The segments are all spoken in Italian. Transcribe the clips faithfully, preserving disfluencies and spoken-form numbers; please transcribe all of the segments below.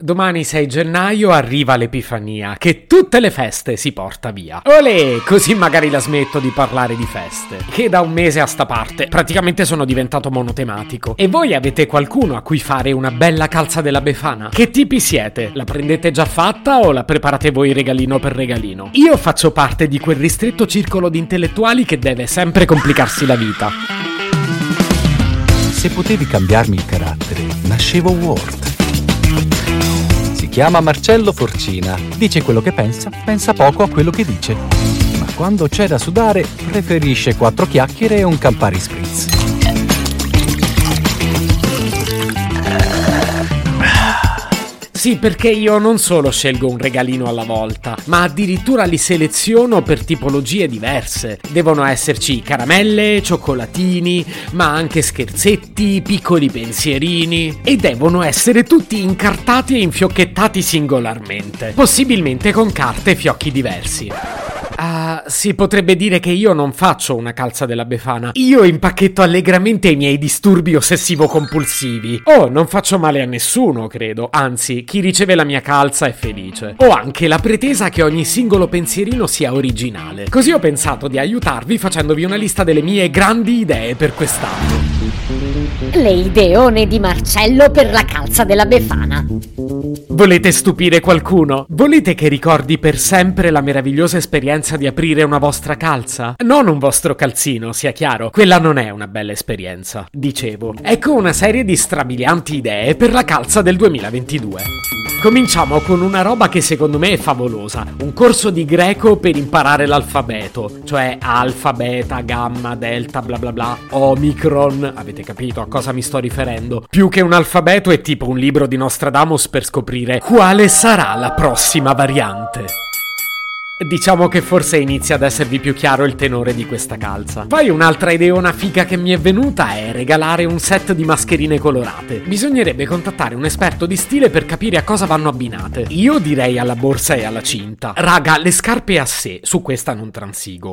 Domani sei gennaio arriva l'Epifania, che tutte le feste si porta via. Olè, così magari la smetto di parlare di feste, che da un mese a sta parte praticamente sono diventato monotematico. E voi avete qualcuno a cui fare una bella calza della Befana? Che tipi siete? La prendete già fatta o la preparate voi regalino per regalino? Io faccio parte di quel ristretto circolo di intellettuali che deve sempre complicarsi la vita. Se potevi cambiarmi il carattere, nascevo Ward. Si chiama Marcello Forcina, dice quello che pensa, pensa poco a quello che dice. Ma quando c'è da sudare, preferisce quattro chiacchiere e un Campari Spritz. Sì, perché io non solo scelgo un regalino alla volta, ma addirittura li seleziono per tipologie diverse. Devono esserci caramelle, cioccolatini, ma anche scherzetti, piccoli pensierini. E devono essere tutti incartati e infiocchettati singolarmente, possibilmente con carte e fiocchi diversi. Ah, si potrebbe dire che io non faccio una calza della Befana. Io impacchetto allegramente i miei disturbi ossessivo-compulsivi. Oh, non faccio male a nessuno, credo. Anzi, chi riceve la mia calza è felice. Ho anche la pretesa che ogni singolo pensierino sia originale. Così ho pensato di aiutarvi facendovi una lista delle mie grandi idee per quest'anno. Le ideone di Marcello per la calza della Befana. Volete stupire qualcuno? Volete che ricordi per sempre la meravigliosa esperienza di aprire una vostra calza? Non un vostro calzino, sia chiaro. Quella non è una bella esperienza. Dicevo, ecco una serie di strabilianti idee per la calza del duemilaventidue. Cominciamo con una roba che secondo me è favolosa. Un corso di greco per imparare l'alfabeto. Cioè alfa, beta, gamma, delta, bla bla bla, omicron. Avete capito a cosa mi sto riferendo? Più che un alfabeto è tipo un libro di Nostradamus per scoprire quale sarà la prossima variante. Diciamo che forse inizia ad esservi più chiaro il tenore di questa calza. Poi un'altra ideona figa che mi è venuta è regalare un set di mascherine colorate. Bisognerebbe contattare un esperto di stile per capire a cosa vanno abbinate. Io direi alla borsa e alla cinta. Raga, le scarpe a sé, su questa non transigo.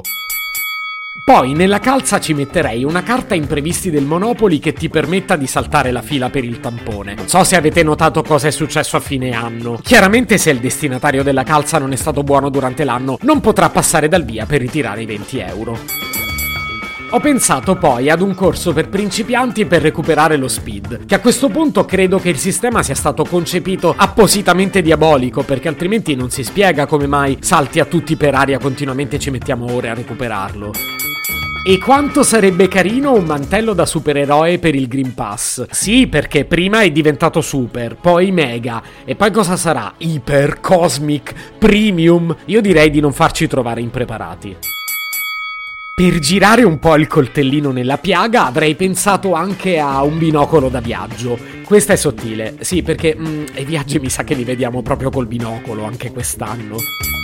Poi nella calza ci metterei una carta imprevisti del Monopoli che ti permetta di saltare la fila per il tampone. Non so se avete notato cosa è successo a fine anno. Chiaramente se il destinatario della calza non è stato buono durante l'anno, non potrà passare dal via per ritirare i venti euro. Ho pensato poi ad un corso per principianti per recuperare lo speed, che a questo punto credo che il sistema sia stato concepito appositamente diabolico, perché altrimenti non si spiega come mai salti a tutti per aria continuamente e ci mettiamo ore a recuperarlo. E quanto sarebbe carino un mantello da supereroe per il Green Pass. Sì, perché prima è diventato super, poi mega, e poi cosa sarà? Iper, cosmic, premium? Io direi di non farci trovare impreparati. Per girare un po' il coltellino nella piaga avrei pensato anche a un binocolo da viaggio. Questa è sottile, sì, perché mm, i viaggi mi sa che li vediamo proprio col binocolo anche quest'anno.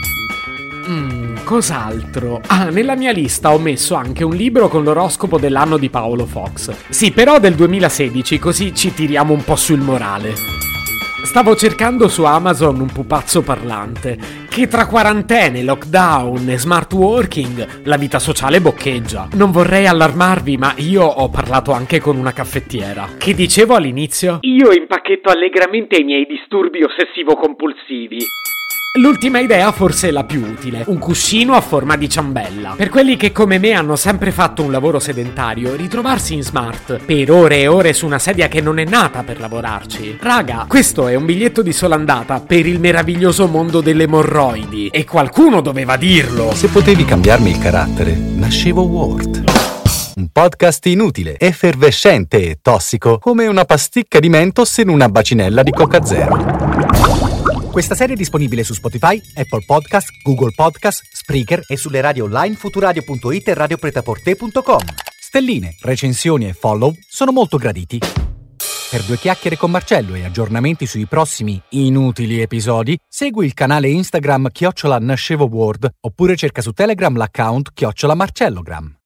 Mm, cos'altro? Ah, nella mia lista ho messo anche un libro con l'oroscopo dell'anno di Paolo Fox. Sì, però del duemilasedici, così ci tiriamo un po' sul morale. Stavo cercando su Amazon un pupazzo parlante, che tra quarantene, lockdown e smart working la vita sociale boccheggia. Non vorrei allarmarvi, ma io ho parlato anche con una caffettiera. Che dicevo all'inizio? Io impacchetto allegramente i miei disturbi ossessivo-compulsivi. L'ultima idea forse è la più utile, un cuscino a forma di ciambella. Per quelli che come me hanno sempre fatto un lavoro sedentario, ritrovarsi in smart per ore e ore su una sedia che non è nata per lavorarci. Raga, questo è un biglietto di sola andata per il meraviglioso mondo delle emorroidi, e qualcuno doveva dirlo. Se potevi cambiarmi il carattere, nascevo Ward. Un podcast inutile, effervescente e tossico, come una pasticca di Mentos in una bacinella di Coca Zero. Questa serie è disponibile su Spotify, Apple Podcast, Google Podcast, Spreaker e sulle radio online futuradio punto it e radio pretaporte punto com. Stelline, recensioni e follow sono molto graditi. Per due chiacchiere con Marcello e aggiornamenti sui prossimi inutili episodi, segui il canale Instagram chiocciola nascevo Ward oppure cerca su Telegram l'account chiocciola Marcellogram.